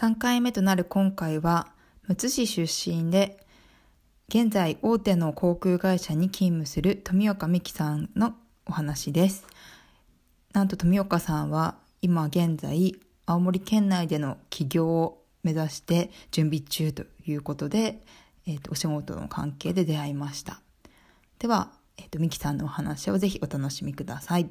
3回目となる今回は、むつ市出身で、現在大手の航空会社に勤務する富岡美希さんのお話です。なんと富岡さんは今現在、青森県内での起業を目指して準備中ということで、お仕事の関係で出会いました。では、美希さんのお話をぜひお楽しみください。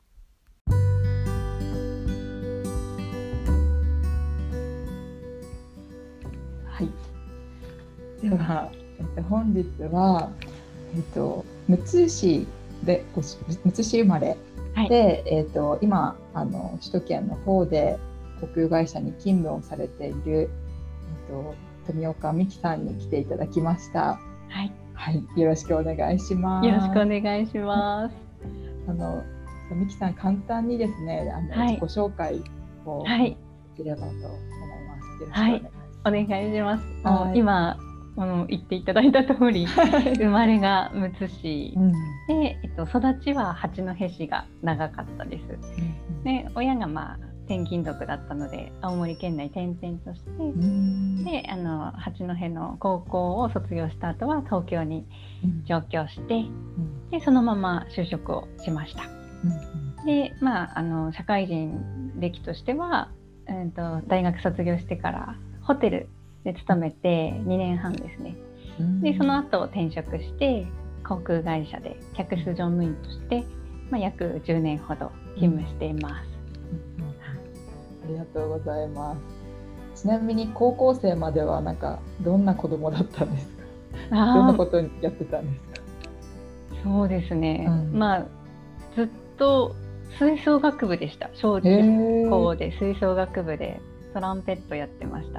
はい。では、本日は、むつ市で、むつ市生まれで、今首都圏の方で航空会社に勤務をされている、富岡美希さんに来ていただきました。 はい。 はい、よろしくお願いします。 よろしくお願いします。 美希さん、簡単にですね、自己紹介をできればと思います。よろしくお願いします。 お願いします。今言っていただいた通り生まれがむつ市で、育ちは八戸市が長かったです。で、親が転勤族だったので青森県内転々として、で八戸の高校を卒業した後は東京に上京して、でそのまま就職をしました。で、社会人歴としては、大学卒業してからホテルで勤めて2年半ですね。でその後転職して航空会社で客室乗務員として、約10年ほど勤務しています。 ありがとうございます。ちなみに高校生まではどんな子供だったんですか？どんなことにやってたんですか？ そうですね、ずっと吹奏楽部でした。小中高で吹奏楽部でトランペットやってました。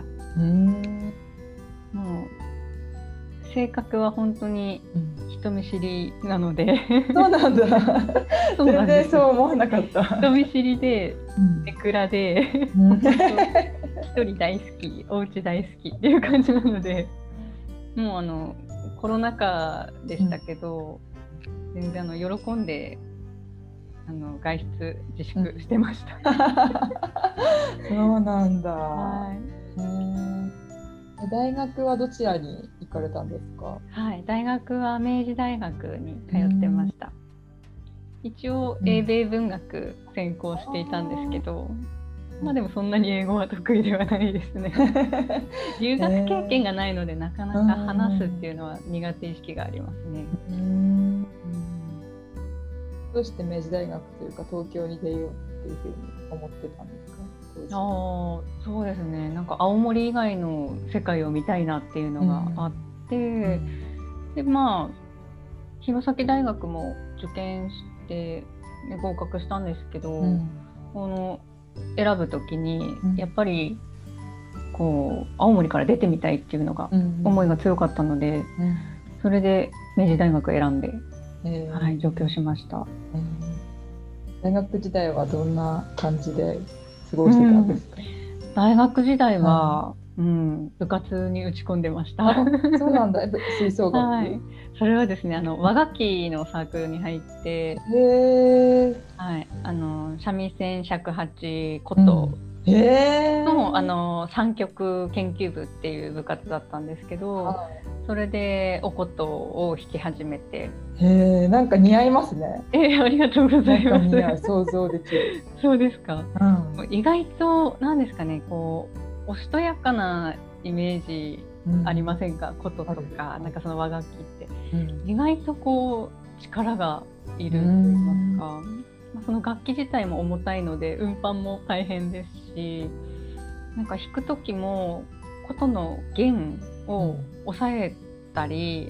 もう性格は本当に人見知りなので、 そうなんだ。全然そう思わなかった。 人見知りでネクラで一人大好き、お家大好きっていう感じなので、もうコロナ禍でしたけど、全然喜んで外出自粛してました。 そうなんだ。大学はどちらに行かれたんですか？ はい、大学は明治大学に通ってました。一応英米文学専攻していたんですけど、でもそんなに英語は得意ではないですね。留学経験がないのでなかなか話すっていうのは苦手意識がありますね。 どうして明治大学というか東京に出ようっていうふうに思ってたんですか？ そうですね、青森以外の世界を見たいなっていうのがあって、で弘前大学も受験して、合格したんですけど、選ぶ時にやっぱり青森から出てみたいっていうのが思いが強かったので、それで明治大学を選んで、上京しました。 大学時代はどんな感じで過ごしてたんですか？ 大学時代は、部活に打ち込んでました。 そうなんだ。吹奏楽？ それはですね、和楽器のサークルに入って、三味線、尺八、琴の三曲研究部っていう部活だったんですけど、それでお琴を弾き始めて。 なんか似合いますね。 ありがとうございます。 想像できる。 そうですか。意外と何ですかね、おしとやかなイメージありませんか？琴とかその和楽器って、意外と力がいると言いますか、その楽器自体も重たいので運搬も大変ですし、弾く時も琴の弦を押さえたり、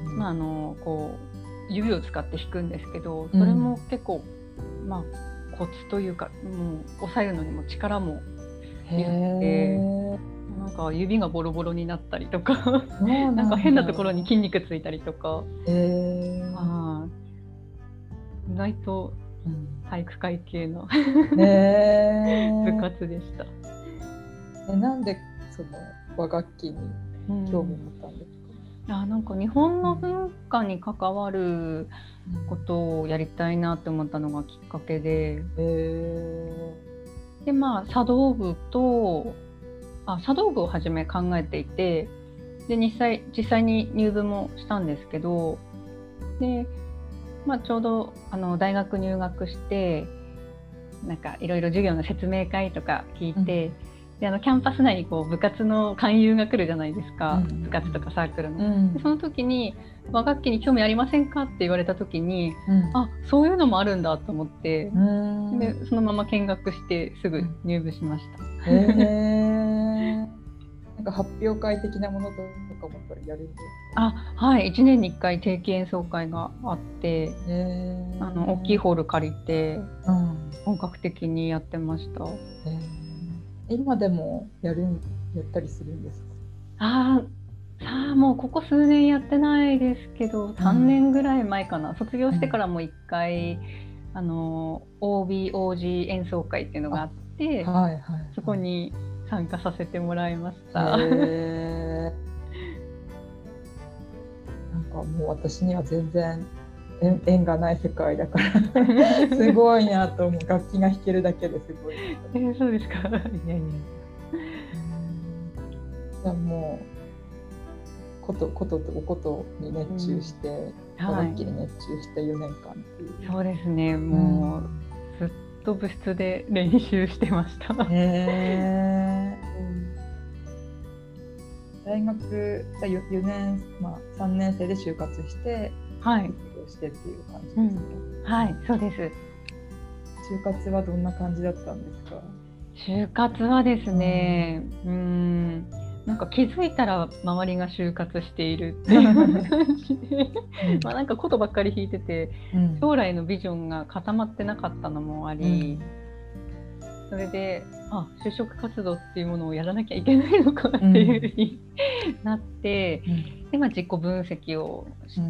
指を使って弾くんですけど、それも結構コツというか、もう押さえるのにも力もいるので、指がボロボロになったりとか変なところに筋肉ついたりとか、意外と体育会系の部活でした。 なんでその和楽器に興味を持ったんですか？ 日本の文化に関わることをやりたいなって思ったのがきっかけで、茶道部と茶道部をはじめ考えていて、で実際に入部もしたんですけど、で、ちょうど大学入学してなんかいろいろ授業の説明会とか聞いて、でキャンパス内にこう部活の勧誘が来るじゃないですか、部活とかサークルの、でその時に和楽器に興味ありませんかって言われた時に、そういうのもあるんだと思って、でそのまま見学してすぐ入部しました。 なんか発表会的なものとかもやるんですか？はい、1年に1回定期演奏会があって、大きいホール借りて、本格的にやってました。 今でもやったりするんですか？もうここ数年やってないですけど、3年ぐらい前かな、卒業してからも1回、OB/OG 演奏会っていうのがあって、そこに参加させてもらいました。なんかもう私には全然縁がない世界だからすごいなと思う。楽器が弾けるだけですごい。 そうですか。いやいや。 じゃあもうことに熱中して、楽器に熱中して4年間っていう。 そうですね。もうずっと部室で練習してました。 大学4年、3年生で就活して、してっていう感じですね。 はい、そうです。 就活はどんな感じだったんですか？ 就活はですね、なんか気づいたら周りが就活しているっていう感じでなんかことばっかり弾いてて、将来のビジョンが固まってなかったのもあり、それで就職活動っていうものをやらなきゃいけないのかっていうふうになって、で自己分析をして、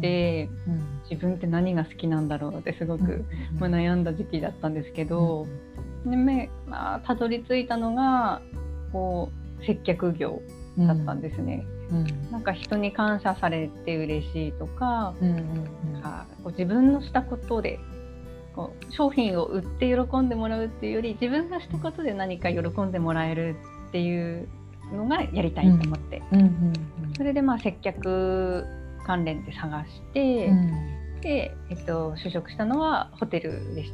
自分って何が好きなんだろうってすごく悩んだ時期だったんですけど、でたどり着いたのがこう接客業だったんですね。なんか人に感謝されて嬉しいとか、こう自分のしたことでこう商品を売って喜んでもらうっていうより、自分がしたことで何か喜んでもらえるっていうのがやりたいと思って、それで接客関連で探して、で、就職したのはホテルでした。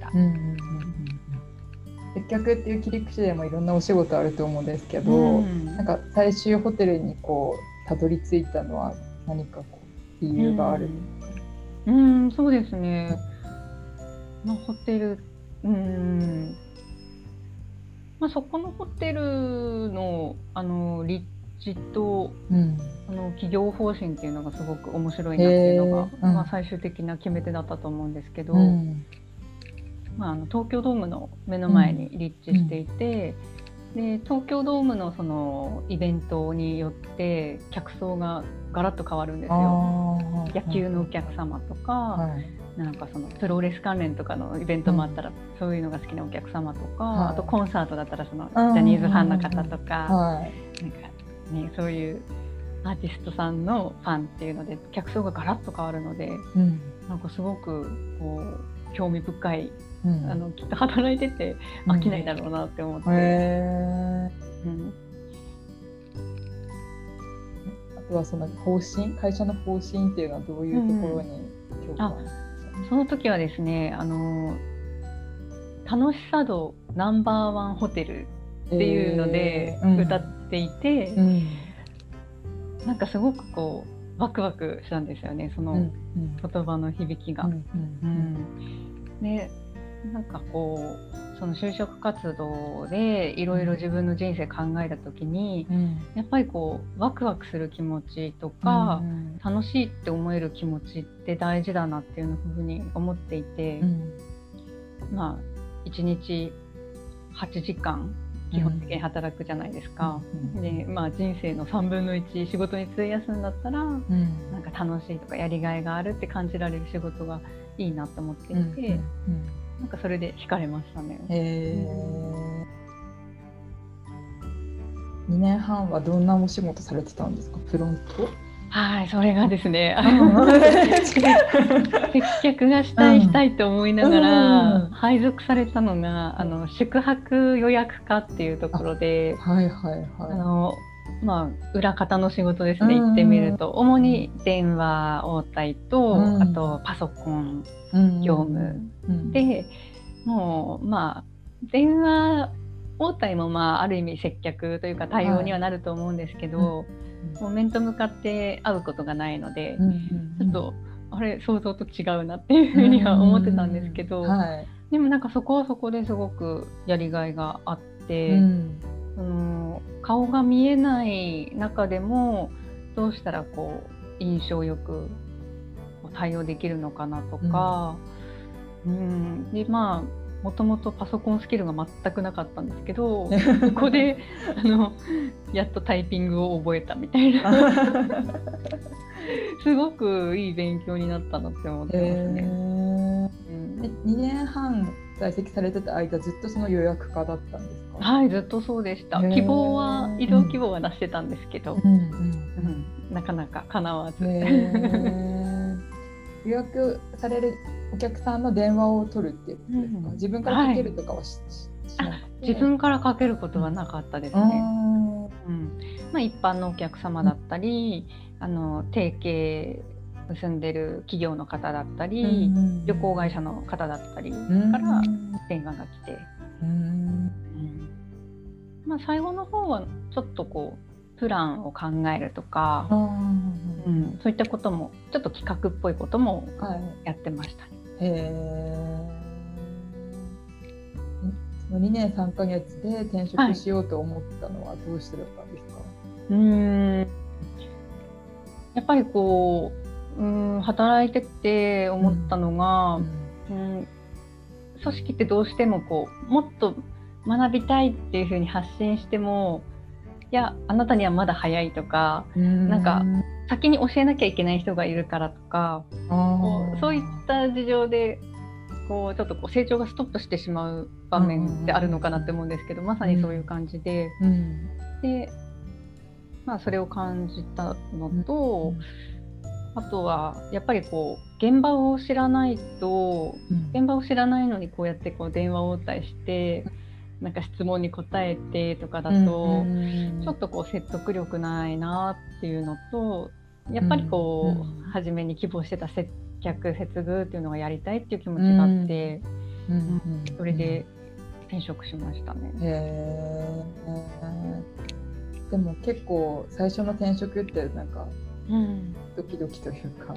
接客っていう切り口でもいろんなお仕事あると思うんですけど、なんか最終ホテルにこうたどり着いたのは何かこう理由があるんですか？ そうですね。ホテル、そこのホテルの立地と、企業方針っていうのがすごく面白いなっていうのが、最終的な決め手だったと思うんですけど、東京ドームの目の前に立地していて、で東京ドームのそのイベントによって客層がガラッと変わるんですよ。野球のお客様とか、なんかそのプロレス関連とかのイベントもあったら、そういうのが好きなお客様とか、あとコンサートだったらそのジャニーズファンの方とか、なんかね、そういうアーティストさんのファンっていうので客層がガラッと変わるので、なんかすごくこう興味深い、きっと働いてて飽きないだろうなって思って、 あとはその会社の方針っていうのはどういうところに共感？ その時はですね、楽しさ度No.1ホテルっていうので歌っていて、なんかすごくこうワクワクしたんですよね、その言葉の響きが。でなんかこうその就職活動でいろいろ自分の人生考えた時に、やっぱりこうワクワクする気持ちとか、楽しいって思える気持ちって大事だなっていうふうに思っていて、1日8時間基本的に働くじゃないですか。で人生の3分の1仕事に費やすんだったら、なんか楽しいとかやりがいがあるって感じられる仕事がいいなと思っていて、なんかそれで惹かれましたね。 2年半はどんなお仕事されてたんですか？フロント？ はい、それがですね、 接接客がしたいと思いながら、配属されたのが宿泊予約課っていうところで、 はいはいはい、 まあ、裏方の仕事ですね、行ってみると主に電話応対と、あとパソコン業務で、もうまあ電話応対もまあある意味接客というか対応にはなると思うんですけど、もう面と向かって会うことがないので、ちょっとあれ想像と違うなっていうふうには思ってたんですけど、でもなんかそこはそこですごくやりがいがあって、顔が見えない中でもどうしたらこう印象よく対応できるのかなとか、でまあもともとパソコンスキルが全くなかったんですけど、ここでやっとタイピングを覚えたみたいなすごくいい勉強になったなって思ってますね。 2年半在籍されてた間ずっとその予約家だったんですか？ はい、ずっとそうでした。移動希望は出してたんですけど、なかなか叶わず。 予約されるお客さんの電話を取るっていうことですか？自分からかけるとかはしなくて？ 自分からかけることはなかったですね。まあ、一般のお客様だったり、提携結んでる企業の方だったり、旅行会社の方だったりから電話が来て、まあ、最後の方はちょっとこうプランを考えるとか、そういったこともちょっと企画っぽいこともやってましたね。 その2年3ヶ月で転職しようと思ったのはどうしてだったんですか？ やっぱりこう働いてて思ったのが、組織ってどうしてもこうもっと学びたいっていうふうに発信しても、いやあなたにはまだ早いとか、なんか先に教えなきゃいけない人がいるからとか、そういった事情でこうちょっとこう成長がストップしてしまう場面ってあるのかなって思うんですけど、まさにそういう感じで、で、まあ、それを感じたのと、あとはやっぱりこう現場を知らないと、現場を知らないのにこうやってこう電話応対してなんか質問に答えてとかだと、ちょっとこう説得力ないなっていうのと、やっぱりこう初めに希望してた接客接遇っていうのがやりたいっていう気持ちがあって、それで転職しましたね。 でも結構最初の転職ってなんかドキドキというか、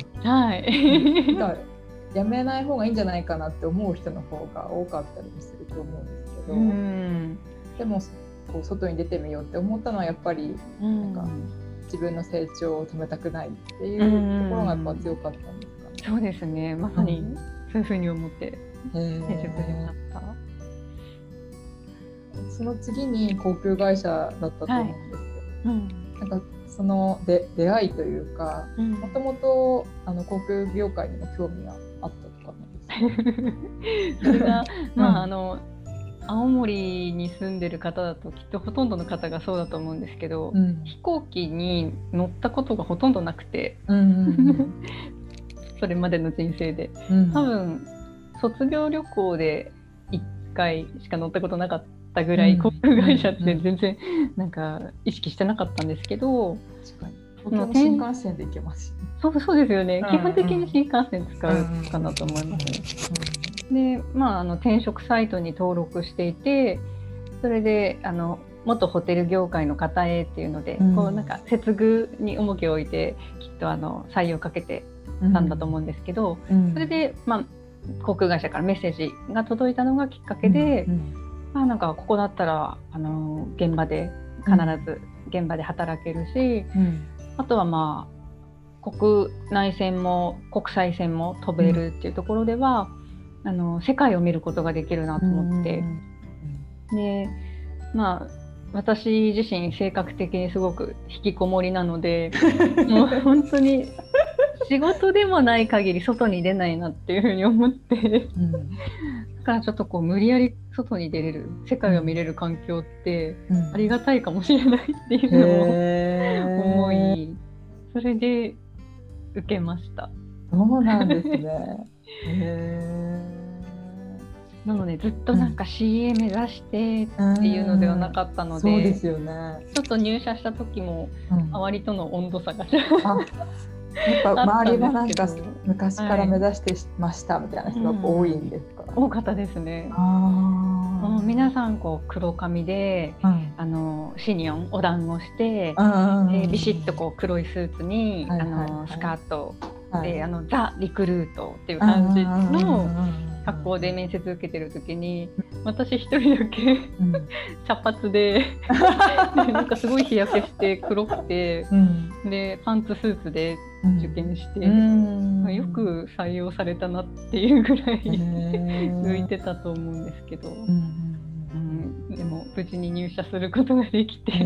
やめない方がいいんじゃないかなって思う人の方が多かったりもすると思うんですけど、でもこう外に出てみようって思ったのはやっぱりなんか自分の成長を止めたくないっていうところがやっぱ強かったんですかね。 そうですね、まさにそういうふうに思って転職しました。 その次に航空会社だったと思うんですけど、なんかその出会いというか、もともと航空業界にも興味があったとかなんですか？ それが、まあ青森に住んでる方だときっとほとんどの方がそうだと思うんですけど、飛行機に乗ったことがほとんどなくて、それまでの人生で、多分卒業旅行で1回しか乗ったことなかったぐらい、航空会社って全然なんか意識してなかったんですけど、 東京の新幹線で行けますしね。 そうですよね、基本的に新幹線使うかなと思いますね。で、まあ、転職サイトに登録していて、それで元ホテル業界の方へっていうので、こうなんか接遇に重きを置いてきっと採用かけてたんだと思うんですけど、それで、まあ、航空会社からメッセージが届いたのがきっかけで、なんかここだったら現場で必ず現場で働けるし、あとはまあ国内線も国際線も飛べるっていうところでは、世界を見ることができるなと思って、で、まあ私自身性格的にすごく引きこもりなのでもう本当に仕事でもない限り外に出ないなっていうふうに思ってだからちょっとこう無理やり外に出れる、世界を見れる環境ってありがたいかもしれないっていうのを思い、 それで受けました。 そうなんですね。へなのでずっとなんか CA 目指してっていうのではなかったので、 そうですよね。 ちょっと入社した時も周りとの温度差が、 やっぱ周りはなんか昔から目指してましたみたいな人が多いんですか？ 多かったですね。皆さんこう黒髪で、シニオンお団子して、でビシッとこう黒いスーツに、スカートで、ザ・リクルートっていう感じの格好で面接受けてる時に、私一人だけ茶髪でなんかすごい日焼けして黒くて、でパンツスーツで受験して、よく採用されたなっていうぐらい浮いてたと思うんですけど、でも無事に入社することができて。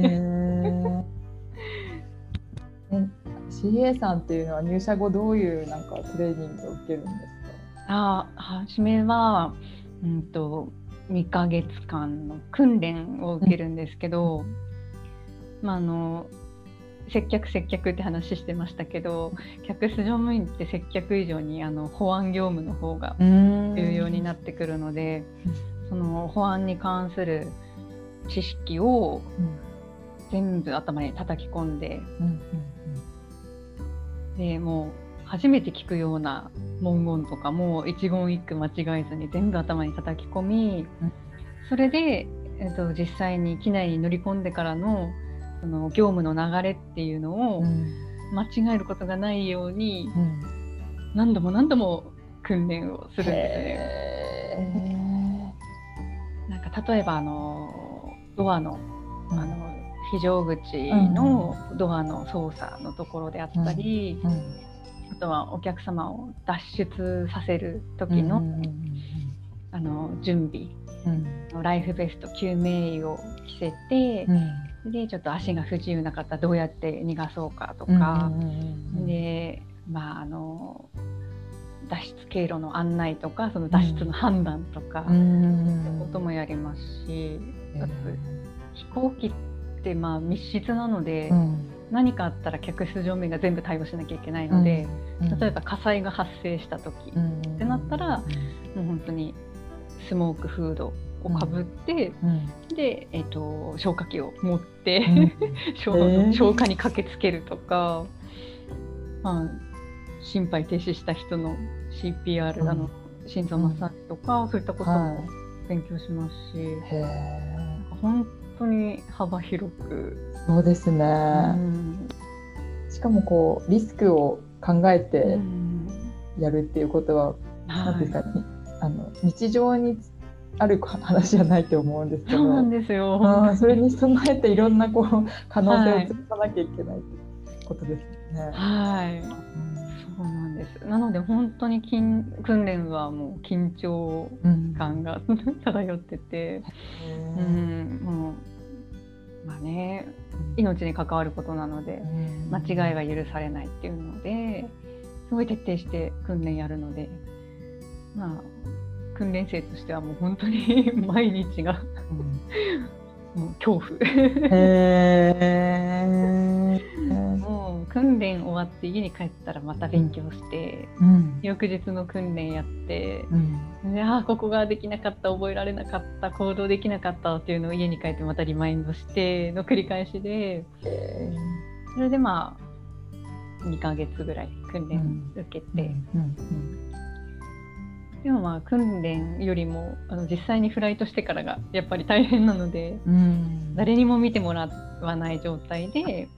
CA さんっていうのは入社後どういうなんかトレーニングを受けるんですか？ 初めは、2ヶ月間の訓練を受けるんですけど、接客って話してましたけど、客室乗務員って接客以上に保安業務の方が重要になってくるので、その保安に関する知識を全部頭に叩き込んで、でもう初めて聞くような文言とかも一言一句間違えずに全部頭に叩き込み、それで、実際に機内に乗り込んでからのその業務の流れっていうのを間違えることがないように何度も何度も訓練をするんですね。なんか例えばドアの非常口のドアの操作のところであったり、あとはお客様を脱出させる時の、準備、ライフベスト救命衣を着せて、でちょっと足が不自由な方どうやって逃がそうかとか、で脱出経路の案内とかその脱出の判断とか、そういうこともやりますし、あと飛行機って密室なので、何かあったら客室乗務員が全部対応しなきゃいけないので、例えば火災が発生した時ってなったら、もう本当にスモークフードをかぶって、で、消火器を持って、消火に駆けつけるとか、心肺停止した人の CPR、心臓マッサージとか、そういったことも勉強しますし、本当に幅広く。 そうですね、しかもこうリスクを考えてやるっていうことは、なんですかね、日常にある話じゃないと思うんですけど、 そうなんですよ。 それに備えていろんなこう可能性をつかなきゃいけないってことですね。 そうなんです。なので本当に訓練はもう緊張感が漂ってて、もう命に関わることなので、間違いは許されないっていうのですごい徹底して訓練やるので、訓練生としてはもう本当に毎日がもう恐怖。もう訓練終わって家に帰ったらまた勉強して、翌日の訓練やって、ここができなかった、覚えられなかった、行動できなかったっていうのを家に帰ってまたリマインドしての繰り返しで、それで2ヶ月ぐらい訓練受けて、でも訓練よりも実際にフライトしてからがやっぱり大変なので、誰にも見てもらわない状態で、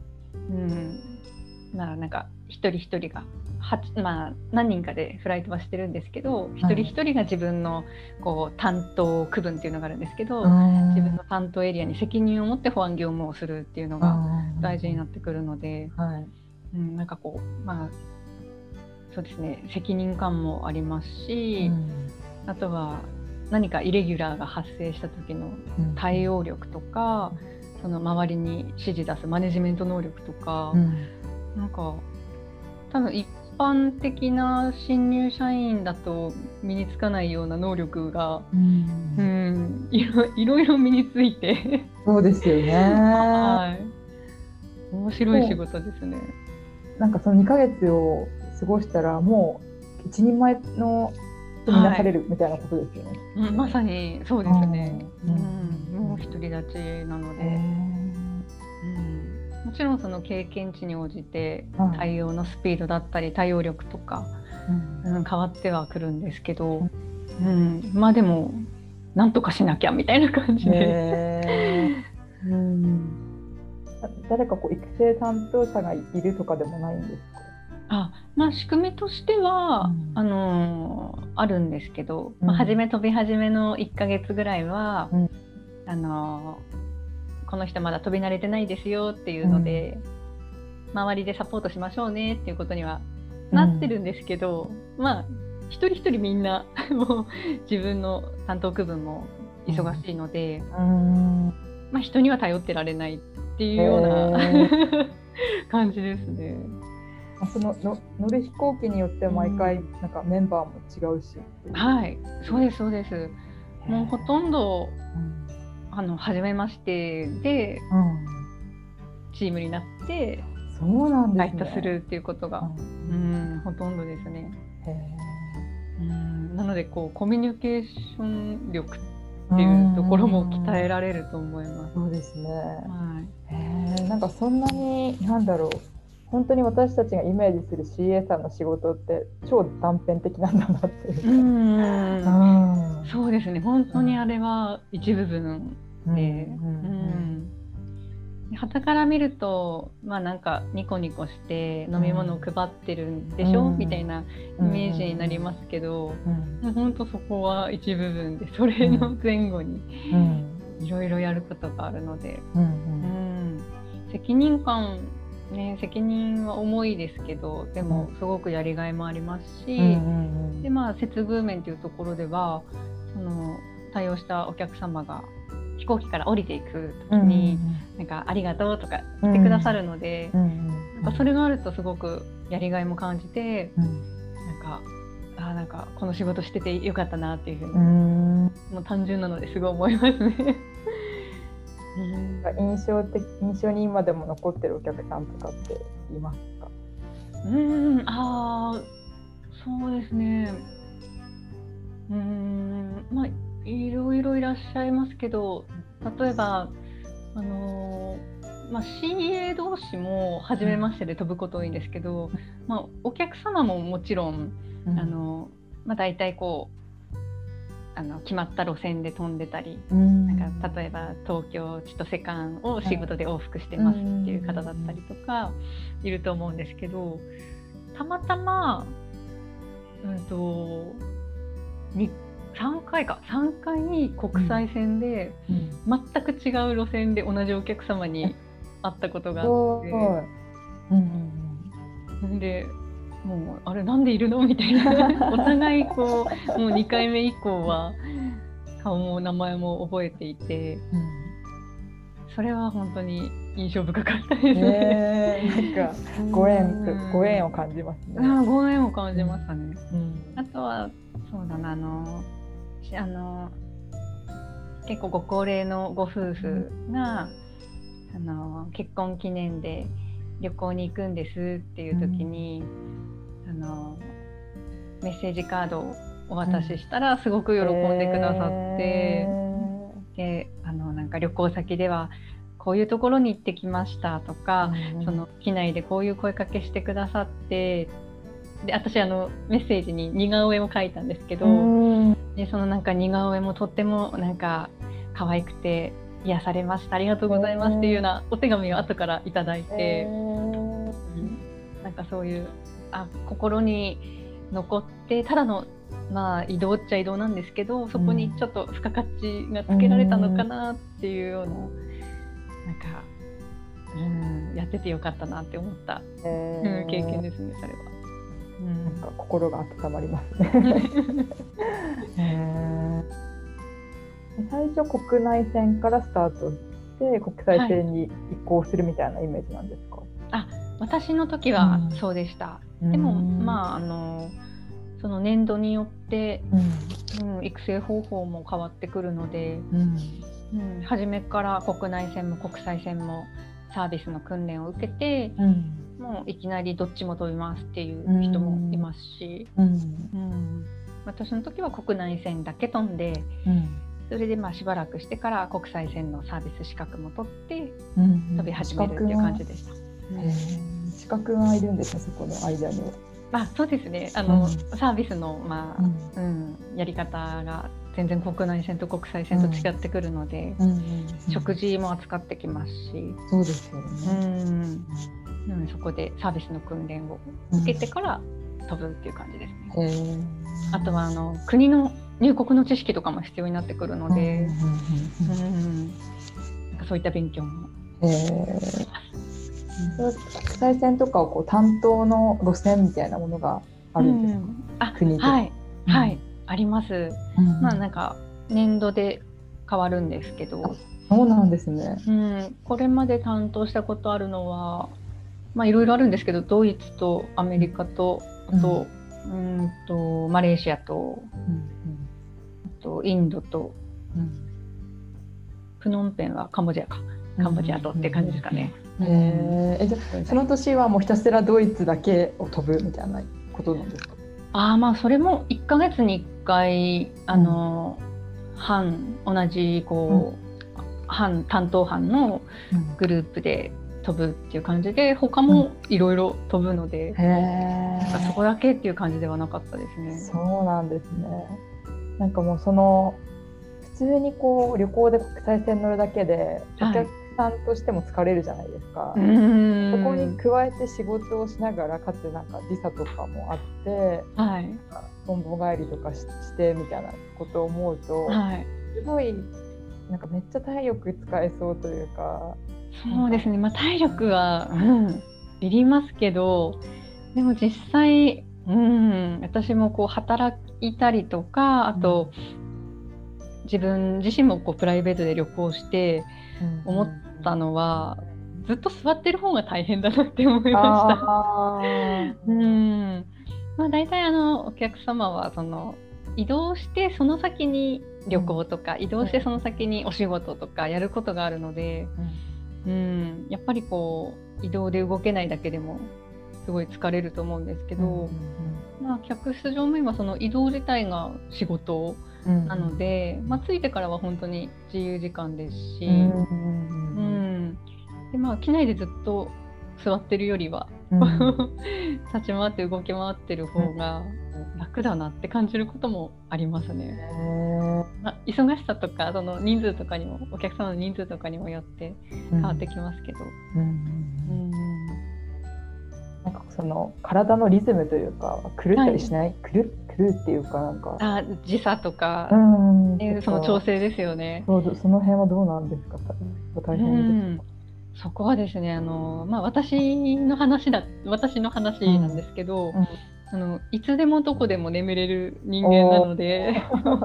なんか一人一人が何人かでフライトはしてるんですけど、一人一人が自分のこう担当区分っていうのがあるんですけど、自分の担当エリアに責任を持って保安業務をするっていうのが大事になってくるので、なんかこうそうですね、責任感もありますし、あとは何かイレギュラーが発生した時の対応力とか、その周りに指示出すマネジメント能力とか、なんか多分一般的な新入社員だと身につかないような能力が、いろいろ身についてそうですよね。 面白い仕事ですね。 なんかその2ヶ月を過ごしたらもう一人前の人になされるみたいなことですよね。 まさにそうですね。もう独り立ちなので、もちろんその経験値に応じて対応のスピードだったり対応力とか、変わってはくるんですけど、まあでもなんとかしなきゃみたいな感じで。 誰かこう育成担当者がいるとかでもないんですか？ まあ、仕組みとしては、あるんですけど、飛び始めの1ヶ月ぐらいは、この人まだ飛び慣れてないですよっていうので、周りでサポートしましょうねっていうことにはなってるんですけど、まあ一人一人みんなもう自分の担当区分も忙しいので、まあ、人には頼ってられないっていうような感じですね。 その乗る飛行機によって毎回なんかメンバーも違うし、 はい、そうですそうです。もうほとんど初めましてで、チームになってそうなんですね、 ファイトするっていうことが、ほとんどですね。なのでこうコミュニケーション力っていうところも鍛えられると思います。 そうですね。なんかそんなに本当に私たちがイメージする CA さんの仕事って超断片的なんだなっていうか。 そうですね。本当にあれは一部分で、傍から見るとまあなんかニコニコして飲み物を配ってるんでしょ、みたいなイメージになりますけど、本当そこは一部分で、それの前後にいろいろやることがあるので、責任感ね、責任は重いですけど、でもすごくやりがいもありますし、でまあ接遇面というところではその対応したお客様が飛行機から降りていく時に、なんかありがとうとか言ってくださるので、なんかそれがあるとすごくやりがいも感じて、なんかこの仕事しててよかったなっていうふうに、もう単純なのですごい思いますね。 印象に今でも残ってるお客さんとかっていますか？ そうですね。まあいろいろいらっしゃいますけど、例えばCA 同士も初めましてで飛ぶこと多いんですけど、お客様ももちろん大体こう決まった路線で飛んでたり、なんか例えば東京千歳間を仕事で往復してますっていう方だったりとかいると思うんですけど、たまたま3回国際線で全く違う路線で同じお客様に会ったことがあって、でもうあれなんでいるのみたいなお互いこうもう2回目以降は顔も名前も覚えていて、それは本当に印象深かったですね。 なんかご縁を感じますね。 ご縁を感じましたね。あとはそうだな、結構ご高齢のご夫婦が、結婚記念で旅行に行くんですっていう時に、メッセージカードをお渡ししたらすごく喜んでくださって、でなんか旅行先ではこういうところに行ってきましたとか、その機内でこういう声かけしてくださって、で私メッセージに似顔絵も描いたんですけど、でそのなんか似顔絵もとってもなんか可愛くて癒されました、ありがとうございますっていうようなお手紙を後からいただいて、なんかそういう心に残って、ただの移動っちゃ移動なんですけど、そこにちょっと付加価値がつけられたのかなっていうような、なんかやっててよかったなって思った、経験ですね、それは。 なんか心が温まりますね。最初国内線からスタートして国際線に移行するみたいなイメージなんですか？ 私の時はそうでした。でもその年度によって、育成方法も変わってくるので、初めから国内線も国際線もサービスの訓練を受けて、 もういきなりどっちも飛びますっていう人もいますし、私の時は国内線だけ飛んで、それでしばらくしてから国際線のサービス資格も取って飛び始めるっていう感じでした。 資格がいるんですね、そこの間には。 そうですね、サービスの、やり方が全然国内線と国際線と違ってくるので、食事も扱ってきますし、 そうですよね。 そこでサービスの訓練を受けてから飛ぶっていう感じですね。あとは国の入国の知識とかも必要になってくるので、そういった勉強も。 国際線とかを担当の路線みたいなものがあるんですか？国で。 はい、あります。なんか年度で変わるんですけど。 そうなんですね。 これまで担当したことあるのは、いろいろあるんですけど、ドイツとアメリカと、あと、マレーシアと、あとインドと、プノンペンはカンボジアとって感じですかね。 じゃその年はもうひたすらドイツだけを飛ぶみたいなことなんですか？ それも1ヶ月に1回同じ担当班のグループで飛ぶっていう感じで、他もいろいろ飛ぶので、そこだけっていう感じではなかったですね。 そうなんですね。なんかもう普通に旅行で国際線乗るだけでお客さんとしても疲れるじゃないですか。そこに加えて仕事をしながら、かつ時差とかもあって、とんぼ帰りとかしてみたいなことを思うと、すごいめっちゃ体力使えそうというか。 そうですね、体力はいりますけど、でも実際、私も働いたりとか、あと、自分自身もプライベートで旅行して思ったのは、ずっと座ってる方が大変だなって思いました。大体お客様は移動してその先に旅行とか、移動してその先にお仕事とかやることがあるので、やっぱり移動で動けないだけでもすごい疲れると思うんですけど、客室乗務員はその移動自体が仕事なので、着いてからは本当に自由時間ですし、で機内でずっと座ってるよりは立ち回って動き回ってる方が楽だなって感じることもありますね。忙しさとかその人数とかにも、お客様の人数とかにもよって変わってきますけど、 なんか体のリズムというか狂ったりしない、狂うっていうか時差とか、その調整ですよね。 その辺はどうなんですか？大変ですか？ そこはですね、私の話なんですけど、いつでもどこでも眠れる人間なので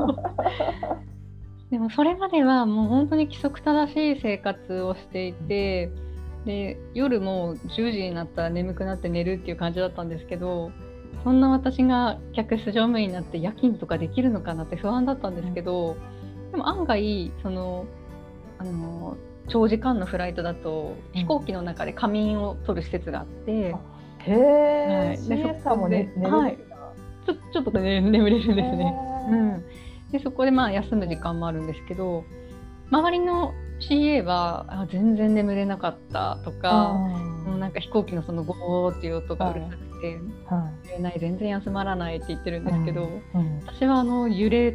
でもそれまではもう本当に規則正しい生活をしていて、で夜も10時になったら眠くなって寝るっていう感じだったんですけど、そんな私が客室乗務員になって夜勤とかできるのかなって不安だったんですけど、でも案外長時間のフライトだと飛行機の中で仮眠を取る施設があって、 でそこでちょっと眠れるんですね。でそこで休む時間もあるんですけど、周りの CA は全然眠れなかったとか、もう飛行機のそのゴーっていう音がうるさくて、寝れない、全然休まらないって言ってるんですけど、私は揺れ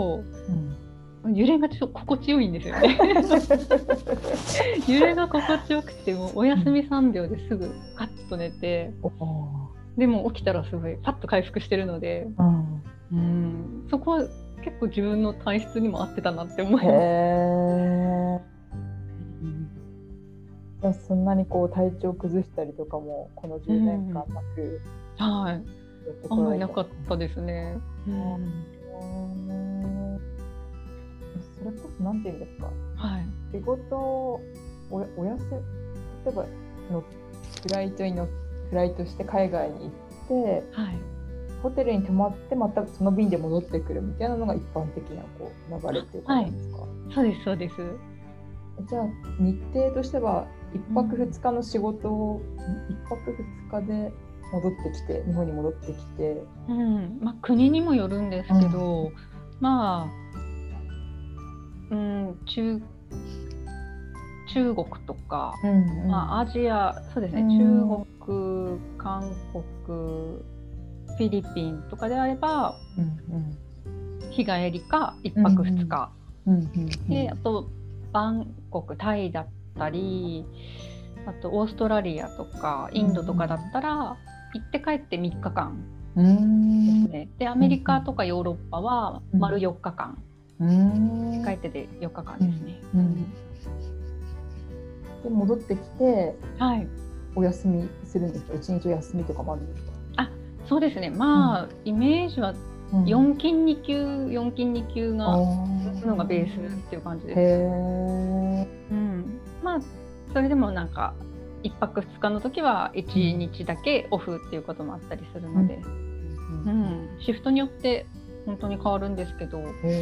が心地よいんですよね揺れが心地よくて、もお休み3秒ですぐカッと寝て、でも起きたらすごいパッと回復してるので、そこは結構自分の体質にも合ってたなって思います。 そんなに体調崩したりとかもこの10年間なく、 あんまりなかったですね。 それこそなんていうんですか、仕事お休み、例えばフライトして海外に行って、ホテルに泊まってまたその便で戻ってくるみたいなのが一般的な流れっていう感じですか？ そうですそうです。 じゃあ日程としては 1泊2日の仕事を1泊2日で戻ってきて、日本に戻ってきて、 まあ、国にもよるんですけど、まあ、中国とか、まあ、アジア、そうですね、中国、韓国、フィリピンとかであれば、日帰りか1泊2日、で、あとバンコク、タイだったり、あとオーストラリアとかインドとかだったら行って帰って3日間ですね。で、アメリカとかヨーロッパは丸4日間、帰ってで4日間ですね。 で戻ってきて、 はい、 お休みするんですか？1日お休みとかもあるんですか？ あ、そうですね。まあ、イメージは4勤2休、4勤2休がのがベースっていう感じです。まあそれでもなんか1泊2日の時は1日だけオフっていうこともあったりするので、シフトによって本当に変わるんですけど、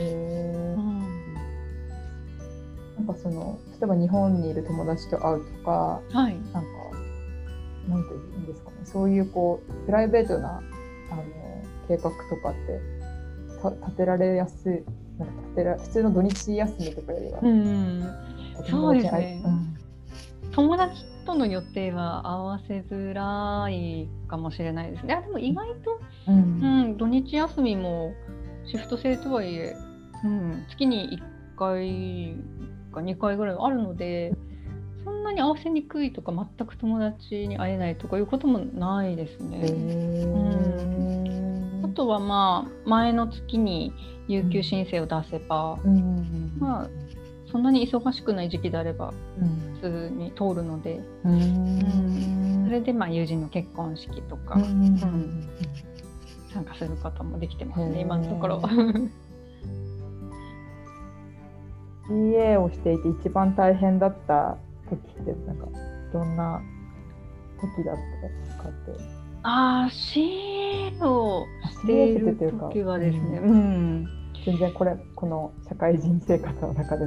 なんかその例えば日本にいる友達と会うとか、なんかなんていうんですかね、そういうこうプライベートな計画とかって立てられやすい、なんか普通の土日休みとかよりは、 そうですね。友達との予定は合わせづらいかもしれないですね。でも意外と、土日休みもシフト制とはいえ、月に1回か2回ぐらいあるので、そんなに合わせにくいとか全く友達に会えないとかいうこともないですね。あとはまあ前の月に有給申請を出せば、まあそんなに忙しくない時期であれば普通に通るので、それでまあ友人の結婚式とか、参加することもできてますね、今のところ。 CA をしていて一番大変だった時ってなんかどんな時だったかって。 CA をしている時はですね、 全然この社会人生活の中で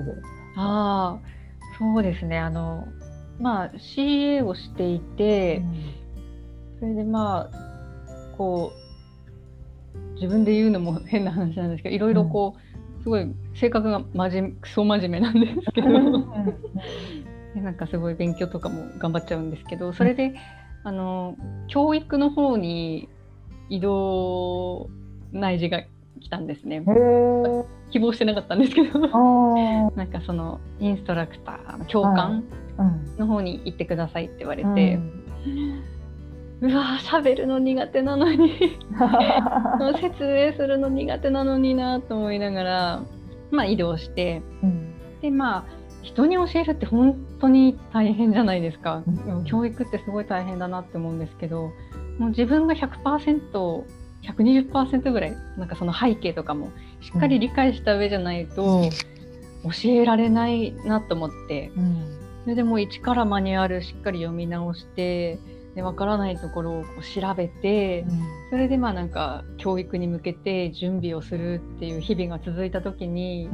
そうですね、まあ CA をしていて、それでまあこう自分で言うのも変な話なんですけど、いろいろこう、すごい性格がクソ真面目なんですけどなんかすごい勉強とかも頑張っちゃうんですけど、それで教育の方に移動内示が来たんですね。希望してなかったんですけどなんかそのインストラクター教官の方に行ってくださいって言われて、うわ喋るの苦手なのに説明するの苦手なのになと思いながら、まあ、移動して、でまあ人に教えるって本当に大変じゃないですか。教育ってすごい大変だなって思うんですけど、もう自分が 100%、120% ぐらいなんかその背景とかもしっかり理解した上じゃないと教えられないなと思って、それでもう一からマニュアルしっかり読み直して、で分からないところを調べて、それでまあなんか教育に向けて準備をするっていう日々が続いた時に、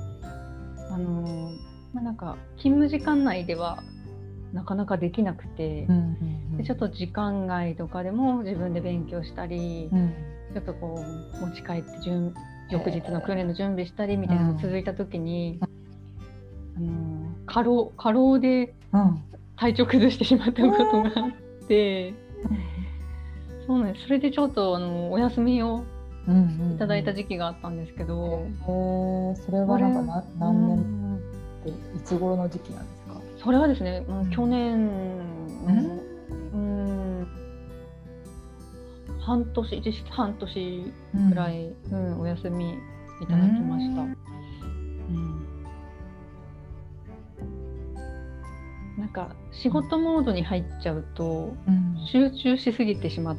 なんか勤務時間内ではなかなかできなくて、でちょっと時間外とかでも自分で勉強したり、ちょっとこう持ち帰って翌日の訓練の準備したりみたいなのが続いた時に、過労で体調崩してしまったことがあって、そうなんです。それでちょっとお休みをいただいた時期があったんですけど、 それはなんか何年いつ頃の時期なんですか？ それはですね、去年実質半年くらい、お休みいただきました。なんか仕事モードに入っちゃうと、集中しすぎてしまって、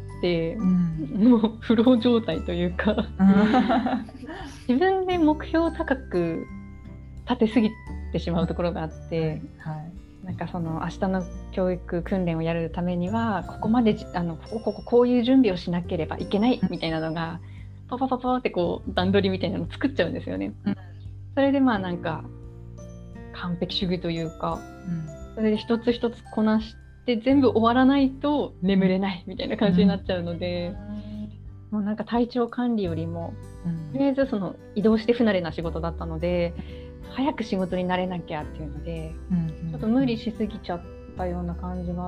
もうフロー状態というか自分で目標を高く立てすぎてしまうところがあって、なんかその明日の教育訓練をやるためにはここまでこういう準備をしなければいけないみたいなのがパパパパってこう段取りみたいなのを作っちゃうんですよね。それでまあなんか完璧主義というか、 それで一つ一つこなして全部終わらないと眠れないみたいな感じになっちゃうので、もうなんか体調管理よりも、とりあえずその移動して不慣れな仕事だったので、早く仕事に慣れなきゃっていうので、ちょっと無理しすぎちゃったような感じがあって、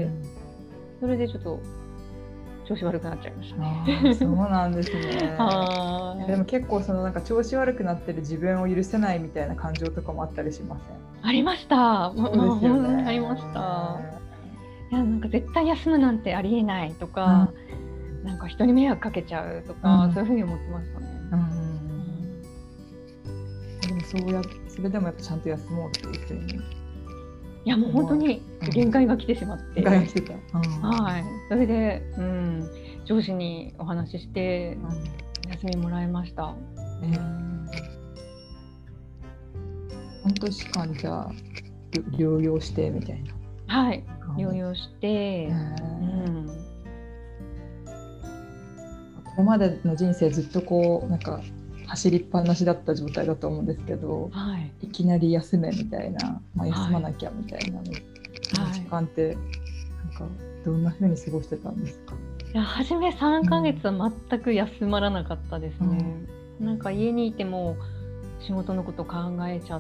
それでちょっと調子悪くなっちゃいましたね。 そうなんですね。でも結構そのなんか調子悪くなってる自分を許せないみたいな感情とかもあったりしません？ ありました。 そうですよね。 ありました。いや、なんか絶対休むなんてありえないとか、なんか人に迷惑かけちゃうとか、そういうふうに思ってましたね。 でもそれでもやっぱちゃんと休もうっていうふうに。 いやもう本当に限界が来てしまって、 限界が来てた。 はい。それで、上司にお話しして、休みもらいました。 半年間じゃあ療養してみたいな。 はい、療養して、 ここまでの人生ずっとこうなんか走りっぱなしだった状態だと思うんですけど、いきなり休めみたいな、休まなきゃみたいな時間ってなんかどんな風に過ごしてたんですか？ いや、初め3ヶ月は全く休まらなかったですね。なんか家にいても仕事のこと考えちゃって、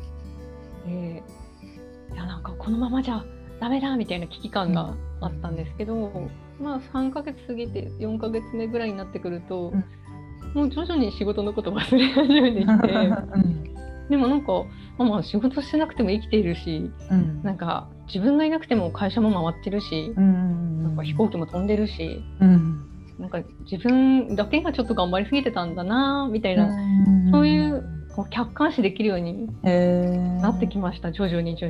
いやなんかこのままじゃダメだみたいな危機感があったんですけど、3ヶ月過ぎて4ヶ月目ぐらいになってくると、もう徐々に仕事のこと忘れ始めてきて、でもなんか、仕事してなくても生きているし、なんか自分がいなくても会社も回ってるし、なんか飛行機も飛んでるし、なんか自分だけがちょっと頑張りすぎてたんだなみたいな、そういう客観視できるようになってきました、徐々に。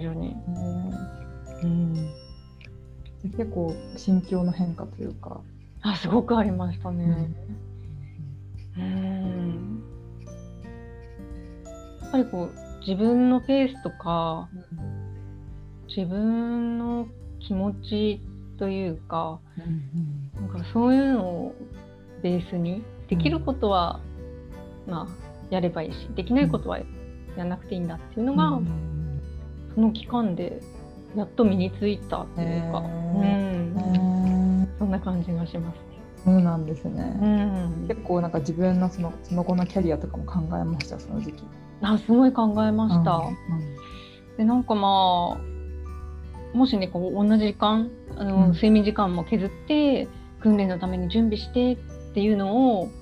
結構心境の変化というか、 すごくありましたね。やっぱりこう自分のペースとか、自分の気持ちというか、なんかそういうのをベースにできることは、やればいいし、できないことはやらなくていいんだっていうのが、その期間でやっと身についたっていうか、そんな感じがしますね。 そうなんですね。結構なんか自分のその後のキャリアとかも考えました、その時期？ すごい考えました。でなんかもしねこう同じ時間睡眠時間も削って訓練のために準備してっていうのを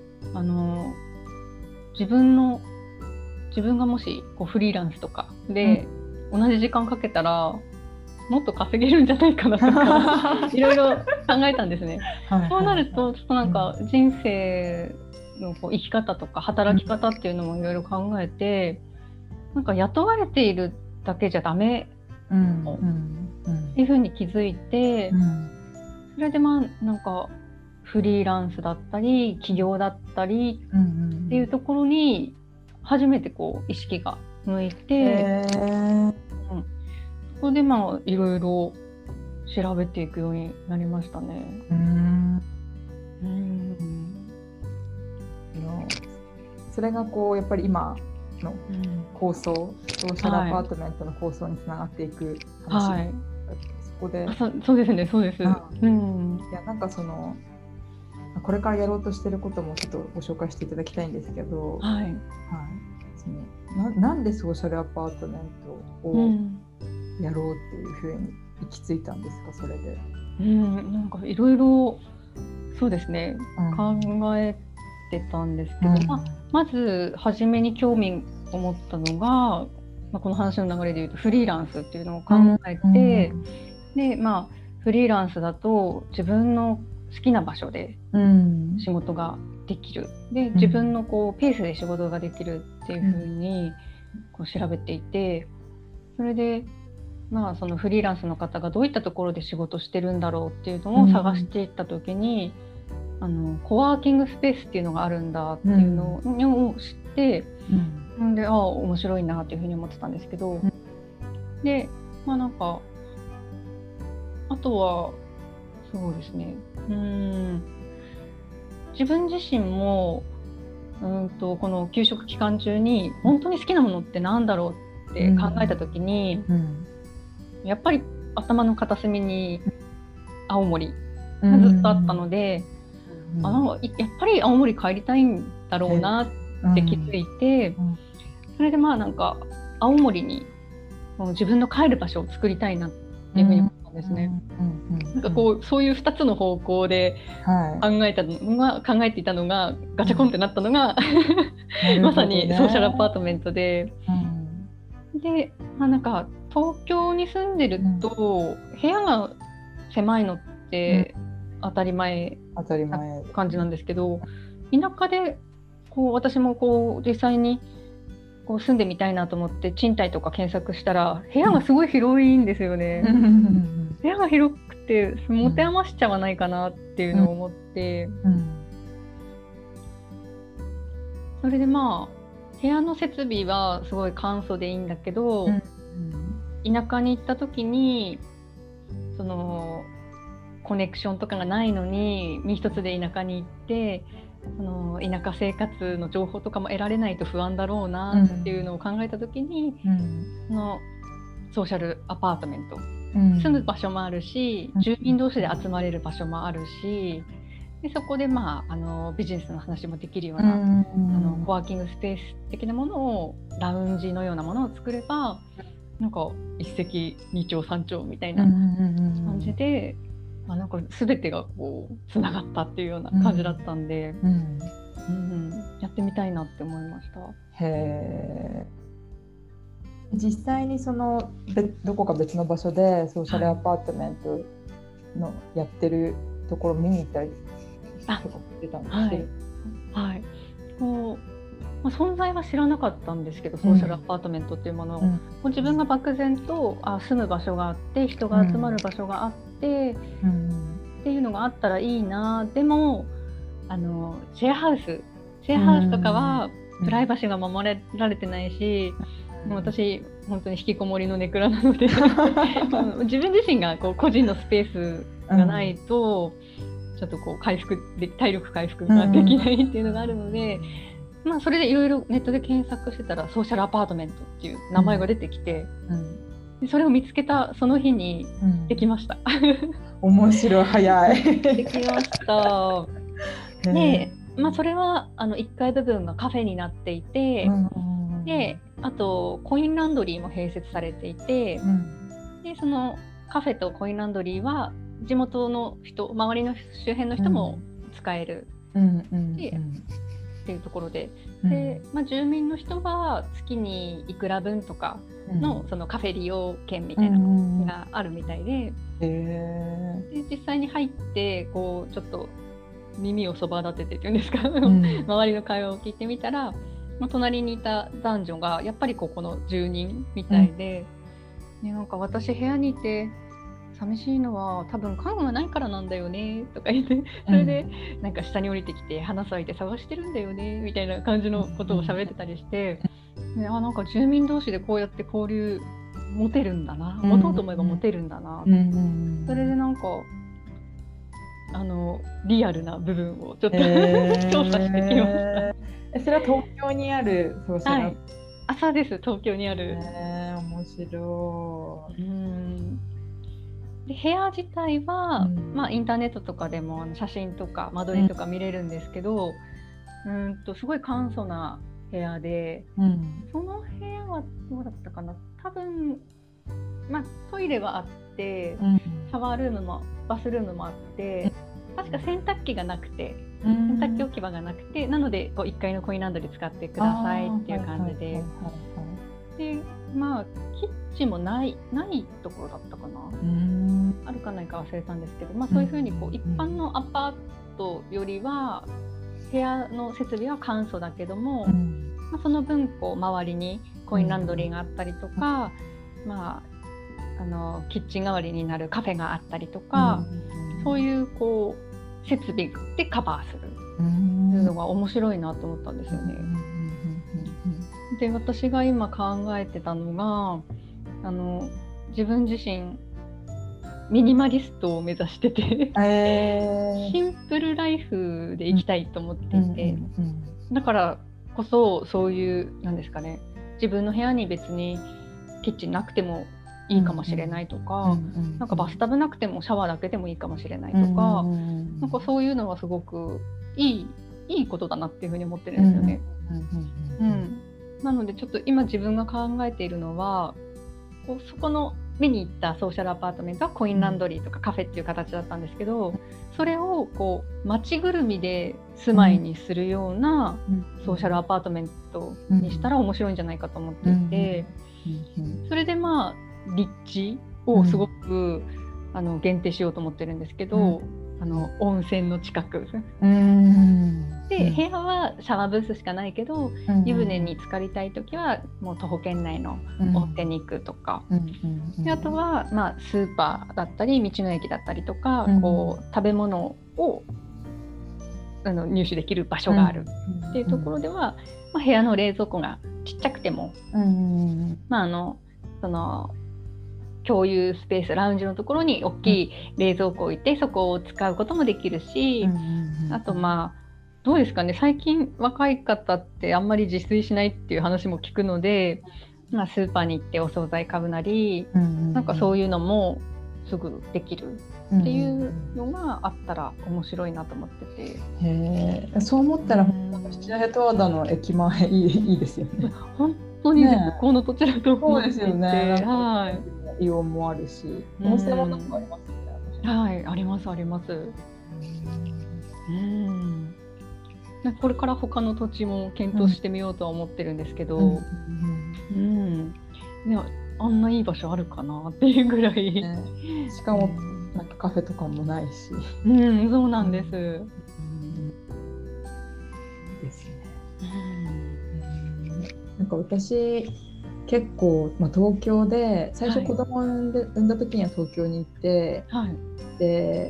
自分がもしこうフリーランスとかで同じ時間かけたらもっと稼げるんじゃないかなとかいろいろ考えたんですね。そうなるとちょっとなんか人生のこう生き方とか働き方っていうのもいろいろ考えて、なんか雇われているだけじゃダメっていうふうに気づいて、それでなんかフリーランスだったり起業だったりっていうところに初めてこう意識が向いて、そこでいろいろ調べていくようになりましたね。 それがこうやっぱり今の構想、ソーシャルアパートメントの構想につながっていく話、そこでそうですね、そうです。いやなんかこれからやろうとしてることもちょっとご紹介していただきたいんですけど、なんでソーシャルアパートメントをやろうっていうふうに行き着いたんですか、それで？ なんかいろいろそうですね、考えてたんですけど、まず初めに興味を持ったのが、この話の流れでいうとフリーランスっていうのを考えて、でフリーランスだと自分の好きな場所で仕事ができる、で自分のこうペースで仕事ができるっていうふうにこう調べていて、それでそのフリーランスの方がどういったところで仕事してるんだろうっていうのを探していった時に、コワーキングスペースっていうのがあるんだっていうのを知って、で面白いなっていうふうに思ってたんですけど、でなんかあとはそうですね、自分自身もこの休職期間中に本当に好きなものってなんだろうっって考えた時に、やっぱり頭の片隅に青森がずっとあったので、やっぱり青森帰りたいんだろうなって気づいて、それでなんか青森にもう自分の帰る場所を作りたいなっていうふうに思ったんですね。なんかそういう2つの方向で考えていたのがガチャコンってなったのがまさにソーシャルアパートメントで、で、なんか東京に住んでると部屋が狭いのって当たり前な感じなんですけど、田舎で私も実際に住んでみたいなと思って賃貸とか検索したら部屋がすごい広いんですよね。部屋が広くて持て余しちゃわないかなっていうのを思って、それで部屋の設備はすごい簡素でいいんだけど、田舎に行った時にそのコネクションとかがないのに身一つで田舎に行って田舎生活の情報とかも得られないと不安だろうなっていうのを考えた時に、そのソーシャルアパートメント、住む場所もあるし住民同士で集まれる場所もあるし、でそこでビジネスの話もできるようなコワーキングスペース的なものをラウンジのようなものを作ればなんか一石二鳥三鳥みたいな感じで、なんか全てがつながったっていうような感じだったんで、やってみたいなって思いました。 へー。実際にどこか別の場所でソーシャルアパートメントのやってるところ見に行ったりとかしてたんですけど、 存在は知らなかったんですけど、ソーシャルアパートメントっていうものを、自分が漠然と住む場所があって人が集まる場所があって、っていうのがあったらいいな。でもシェアハウスとかはプライバシーが守られてないし、もう私本当に引きこもりのネクラなので自分自身が個人のスペースがないと、ちょっと体力回復ができないっていうのがあるので、それでいろいろネットで検索してたらソーシャルアパートメントっていう名前が出てきて、でそれを見つけたその日にできました。 面白い、早い。 できました。で、それは1階部分がカフェになっていて、であとコインランドリーも併設されていて、でそのカフェとコインランドリーは地元の人、周りの周辺の人も使える、っていうところで、住民の人は月にいくら分とかの、そのカフェ利用券みたいなのがあるみたいで、で実際に入ってちょっと耳をそば立ててっていうんですか、周りの会話を聞いてみたら、隣にいた男女がやっぱりここの住人みたいで、なんか私部屋にいて寂しいのは多分家具がないからなんだよねとか言って、それでなんか下に降りてきて花咲いて探してるんだよねみたいな感じのことを喋ってたりして、なんか住民同士でこうやって交流持てるんだな、持とうと思えば持てるんだな、それでなんかリアルな部分をちょっと調査してきました。 それは東京にあるソーシャル、 そうです、東京にある。 面白い。 で部屋自体は、インターネットとかでも写真とか間取りとか見れるんですけど、すごい簡素な部屋で、その部屋はどうだったかな、多分、トイレはあって、シャワールームもバスルームもあって、確か洗濯機がなくて、洗濯機置き場がなくて、なので1階のコインランドリー使ってくださいっていう感じで、でキッチンもないところだったかな、あるかないか忘れたんですけど、そういうふうに一般のアパートよりは部屋の設備は簡素だけども、その分周りにコインランドリーがあったりとか、キッチン代わりになるカフェがあったりとか、そういう設備でカバーするっていうのが面白いなと思ったんですよね。で私が今考えてたのが自分自身ミニマリストを目指してて、シンプルライフで生きたいと思っていて、だからこそそういうなんですかね、自分の部屋に別にキッチンなくてもいいかもしれないとか、なんかバスタブなくてもシャワーだけでもいいかもしれないとか、なんかそういうのはすごくいいことだなっていうふうに思ってるんですよね。なのでちょっと今自分が考えているのは、こうそこの見に行ったソーシャルアパートメントはコインランドリーとかカフェっていう形だったんですけど、それをこう街ぐるみで住まいにするようなソーシャルアパートメントにしたら面白いんじゃないかと思っていて、それでまあ立地をすごく限定しようと思ってるんですけど、温泉の近くで、部屋はシャワーブースしかないけど、湯船に浸かりたい時はもう徒歩圏内の温泉に行くとか、であとは、まあ、スーパーだったり道の駅だったりとか、こう食べ物を入手できる場所があるっていうところでは、まあ、部屋の冷蔵庫がちっちゃくても、まあその共有スペース、ラウンジのところに大きい冷蔵庫を置いて、そこを使うこともできるし、あとまあどうですかね、最近若い方ってあんまり自炊しないっていう話も聞くので、まあ、スーパーに行ってお惣菜買うなり、なんかそういうのもすぐできるっていうのがあったら面白いなと思ってて、 へー、そう思ったら七戸十和田の駅前いいですよね。 本当に絶好の土地だと思っていて、 そうですよね。 はい、 イオンもあるし、温泉もなんかありますよね。 はい、ありますあります。これから他の土地も検討してみようとは思ってるんですけど、でもあんないい場所あるかなっていうぐらい、 しかもなんかカフェとかもないし、 そうなんです。 ですね。なんか私結構、東京で最初子供を産んだ時には東京に行って、で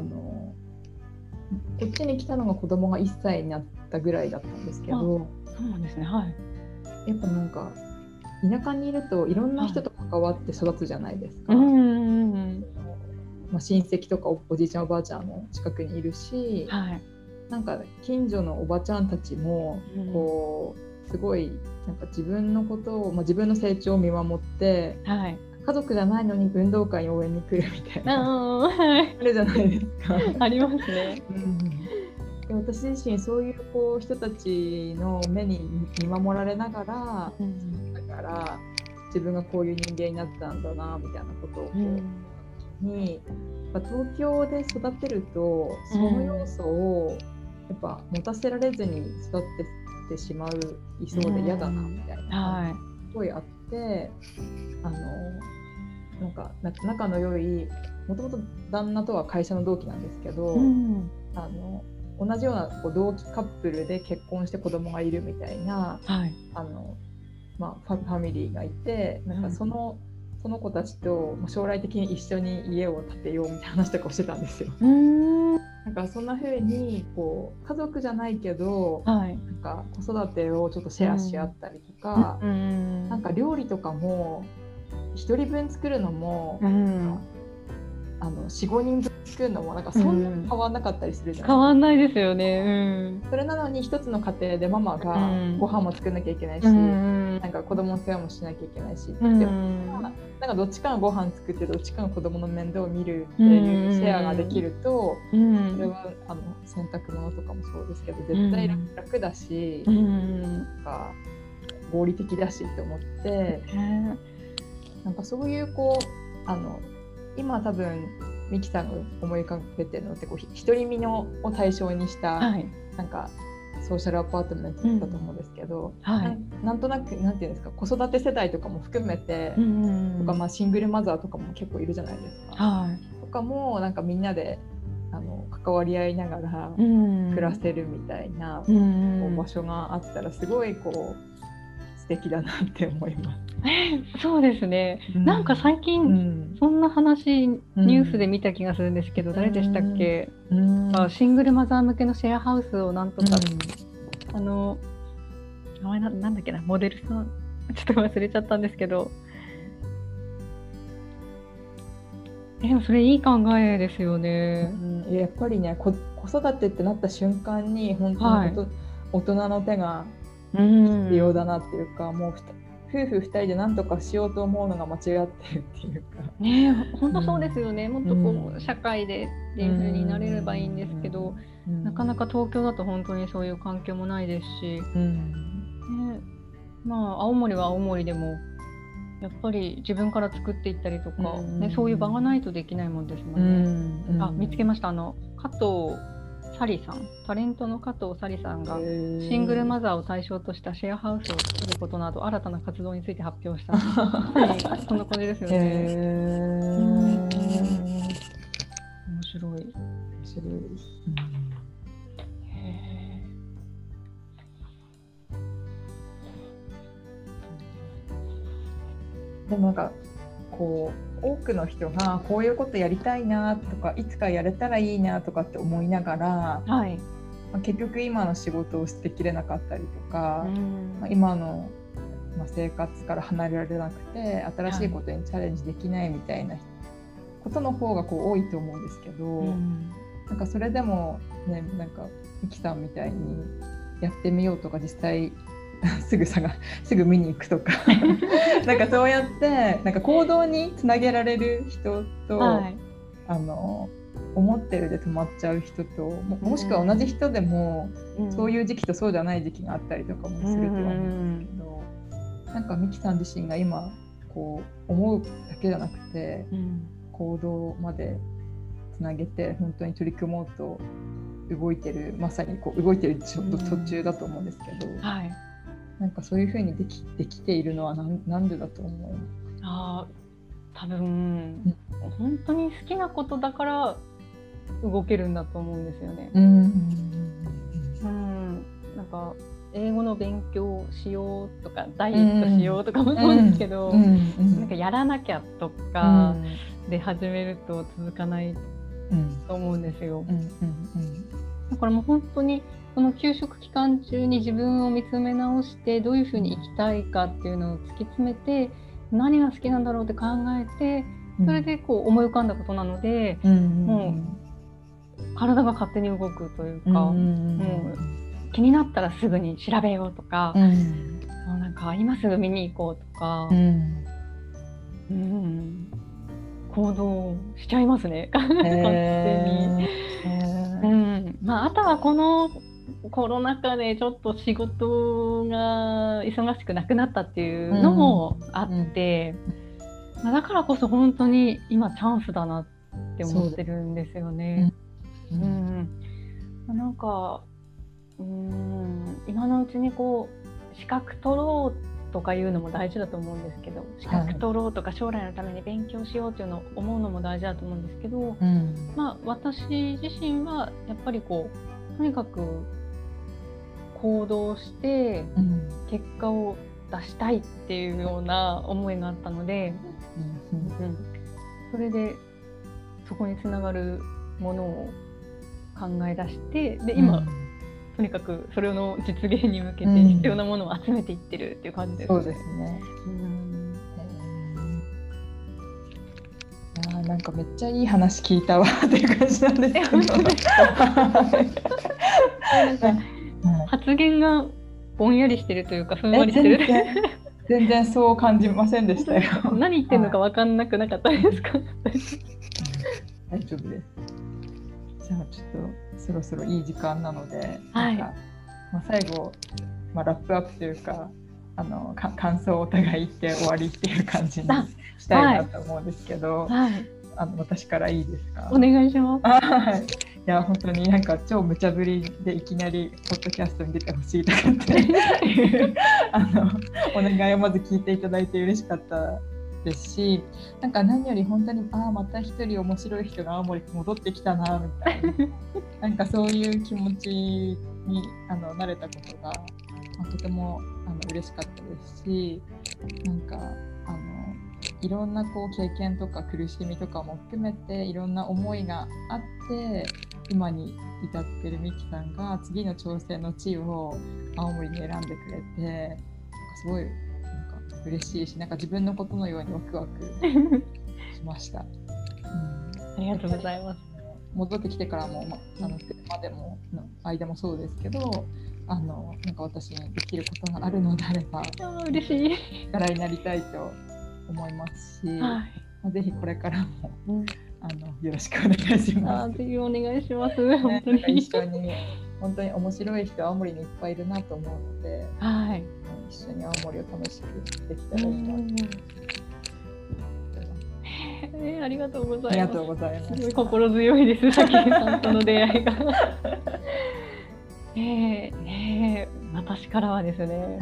こっちに来たのが子供が1歳になったぐらいだったんですけど、 そうなんですね。 やっぱなんか田舎にいるといろんな人と関わって育つじゃないですか。親戚とか おじいちゃんおばあちゃんも近くにいるし、なんか近所のおばちゃんたちもこうすごいなんか自分のことを、自分の成長を見守って、家族じゃないのに運動会に応援に来るみたいなあれじゃないですか。 ありますね。 で私自身そういう、こう人たちの目に見守られながら、だから自分がこういう人間になったんだなみたいなことをに東京で育てるとその要素をやっぱ持たせられずに育ってしまいそうで嫌だなみたいなすごいあって、なんか仲の良い、もともと旦那とは会社の同期なんですけど、同じような同期カップルで結婚して子供がいるみたいな、ファミリーがいて、なんかその子たちと将来的に一緒に家を建てようみたいな話とかをしてたんですよ。なんかそんな風にこう家族じゃないけど、なんか子育てをちょっとシェアし合ったりとか、なんか料理とかも1人分作るのも、4、5人分作るのもなんかそんなに変わんなかったりするじゃないですか。 変わんないですよね。 それなのに一つの家庭でママがご飯も作んなきゃいけないし、なんか子供の世話もしなきゃいけないし、でもなんかどっちかがご飯作ってどっちかが子供の面倒を見るっていうシェアができると、それは洗濯物とかもそうですけど絶対楽だし、なんか合理的だしって思って、なんかそういう今多分ミキさんが思い浮かべてるのって独り身を対象にした、なんかソーシャルアパートメントだと思うんですけど、なんとなくなんていうんですか、子育て世代とかも含めて、とかシングルマザーとかも結構いるじゃないですか。とかもなんかみんなで関わり合いながら暮らせるみたいな、場所があったらすごい素敵だなって思います。 そうですね、なんか最近、そんな話ニュースで見た気がするんですけど、誰でしたっけ、シングルマザー向けのシェアハウスをなんとか、名前なんだっけな、モデルさんちょっと忘れちゃったんですけど、でもそれいい考えですよね。 やっぱりね、子育てってなった瞬間に本当に大人の手が必要だなっていうか、もう夫婦2人で何とかしようと思うのが間違ってるっていうかね、本当そうですよね、もっとこう社会でっていう風になれればいいんですけど、なかなか東京だと本当にそういう環境もないですし、ね、まあ青森は青森でもやっぱり自分から作っていったりとか、ね、そういう場がないとできないもんですもんね。あ、見つけました。加藤サリさん、タレントの加藤サリさんがシングルマザーを対象としたシェアハウスを作ることなど新たな活動について発表した。そんな感じですよね。面白い。面白い。 でもなんかこう多くの人がこういうことやりたいなとかいつかやれたらいいなとかって思いながら、 はい、 結局今の仕事をしてきれなかったりとか、今の生活から離れられなくて新しいことにチャレンジできないみたいなことの方がこう多いと思うんですけど、なんかそれでもね、なんかミキさんみたいにやってみようとか実際すぐ見に行くとかなんかそうやってなんか行動につなげられる人と、はい、思ってるで止まっちゃう人と もしくは同じ人でも、そういう時期とそうじゃない時期があったりとかもするとは思うんですけど、なんかミキさん自身が今こう思うだけじゃなくて、行動までつなげて本当に取り組もうと動いてる、まさにこう動いてるちょっと途中だと思うんですけど、はい、なんかそういう風にできているのはなんでだと思う？ 多分、本当に好きなことだから動けるんだと思うんですよね。なんか英語の勉強しようとかダイエットしようとかもそうですけど、なんかやらなきゃとかで始めると続かないと思うんですよ。だからもう本当にその休職期間中に自分を見つめ直してどういうふうに生きたいかっていうのを突き詰めて、何が好きなんだろうって考えて、それでこう思い浮かんだことなので、もう体が勝手に動くというか、もう気になったらすぐに調べようとか、なんか今すぐ見に行こうとか、行動しちゃいますね勝手に。あとはこのコロナ禍でちょっと仕事が忙しくなくなったっていうのもあって、だからこそ本当に今チャンスだなって思ってるんですよね。なんか今のうちにこう資格取ろうとかいうのも大事だと思うんですけど、資格取ろうとか将来のために勉強しようっていうのを思うのも大事だと思うんですけど、私自身はやっぱりこうとにかく行動して結果を出したいっていうような思いがあったので、それでそこにつながるものを考え出して、で今、とにかくそれの実現に向けて必要なものを集めていってるっていう感じですね。 そうですね。なんかめっちゃいい話聞いたわっていう感じなんですけど発言がぼんやりしてるというかふんわりしてる全然そう感じませんでしたよ。 何言ってるのか分かんなくなかったですか？ 大丈夫です。じゃあちょっとそろそろいい時間なので、なんか最後、ラップアップというか感想をお互い言って終わりっていう感じにしたいなと思うんですけど、私からいいですか？ お願いします。 いや本当になんか超無茶ぶりでいきなりポッドキャストに出てほしいとかっていうお願いをまず聞いていただいて嬉しかったですし、なんか何より本当にまた一人面白い人が青森に戻ってきたなみたいななんかそういう気持ちになれたことが、とても嬉しかったですし、なんかいろんなこう経験とか苦しみとかも含めていろんな思いがあって今に至ってるミキさんが次の挑戦の地を青森に選んでくれて、すごいなんか嬉しいし、なんか自分のことのようにワクワクしました。ありがとうございます。 戻ってきてからも、車でもの間もそうですけど、 なんか私にできることがあるのであれば嬉しい力になりたいと思いますし、ぜひこれからも、よろしくお願いします。 ぜひお願いします。本当に一緒に本当に面白い人青森にいっぱいいるなと思うので、一緒に青森を楽しくできたらいいなと。 ありがとうございます。 ありがとうございます。 すごい心強いです。さきさんとの出会いが。私からはですね、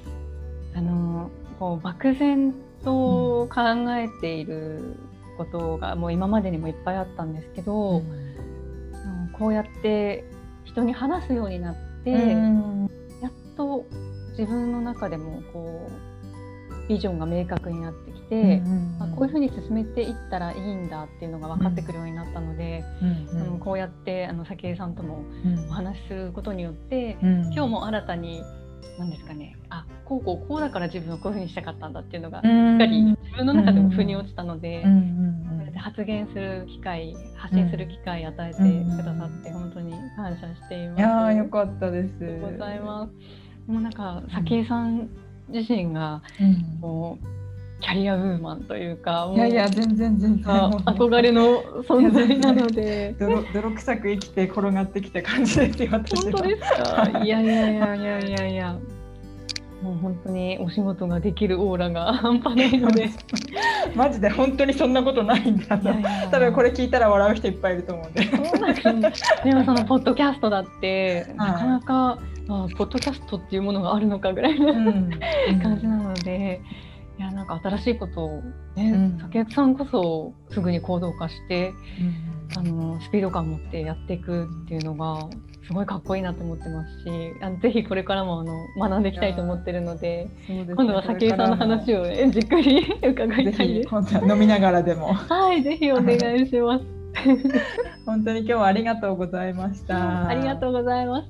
こう漠然と考えていることがもう今までにもいっぱいあったんですけど、こうやって人に話すようになって、やっと自分の中でもこうビジョンが明確になってきて、こういうふうに進めていったらいいんだっていうのが分かってくるようになったので、こうやって早紀江さんともお話しすることによって、今日も新たに何ですかね、こうだから自分はこういうふうにしたかったんだっていうのがしっかり自分の中でも腑に落ちたので、発言する機会、発信する機会与えてくださって本当に感謝しています。 いやよかったです。 ありがとうございます。もうなんか早紀江さん自身がこうキャリアウーマンというか、 いや全然憧れの存在なので、 泥臭く生きて転がってきた感じですよ。 本当ですか？いや。もう本当にお仕事ができるオーラが半端ないのでマジで本当にそんなことないんだな。多分これ聞いたら笑う人いっぱいいると思うんで。 でもそのポッドキャストだってなかなか、ポッドキャストっていうものがあるのかぐらいの感じなので、いやなんか新しいことをね、早紀江さんこそすぐに行動化して、スピード感を持ってやっていくっていうのがすごいかっこいいなと思ってますし、ぜひこれからも学んでいきたいと思ってるので、今度は早紀江さんの話を、じっくり伺いたいです。 今度は飲みながらでもぜひお願いします本当に今日はありがとうございました。 ありがとうございました。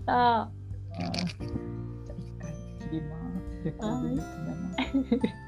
じゃあ一回切ります。レコーディング止めます。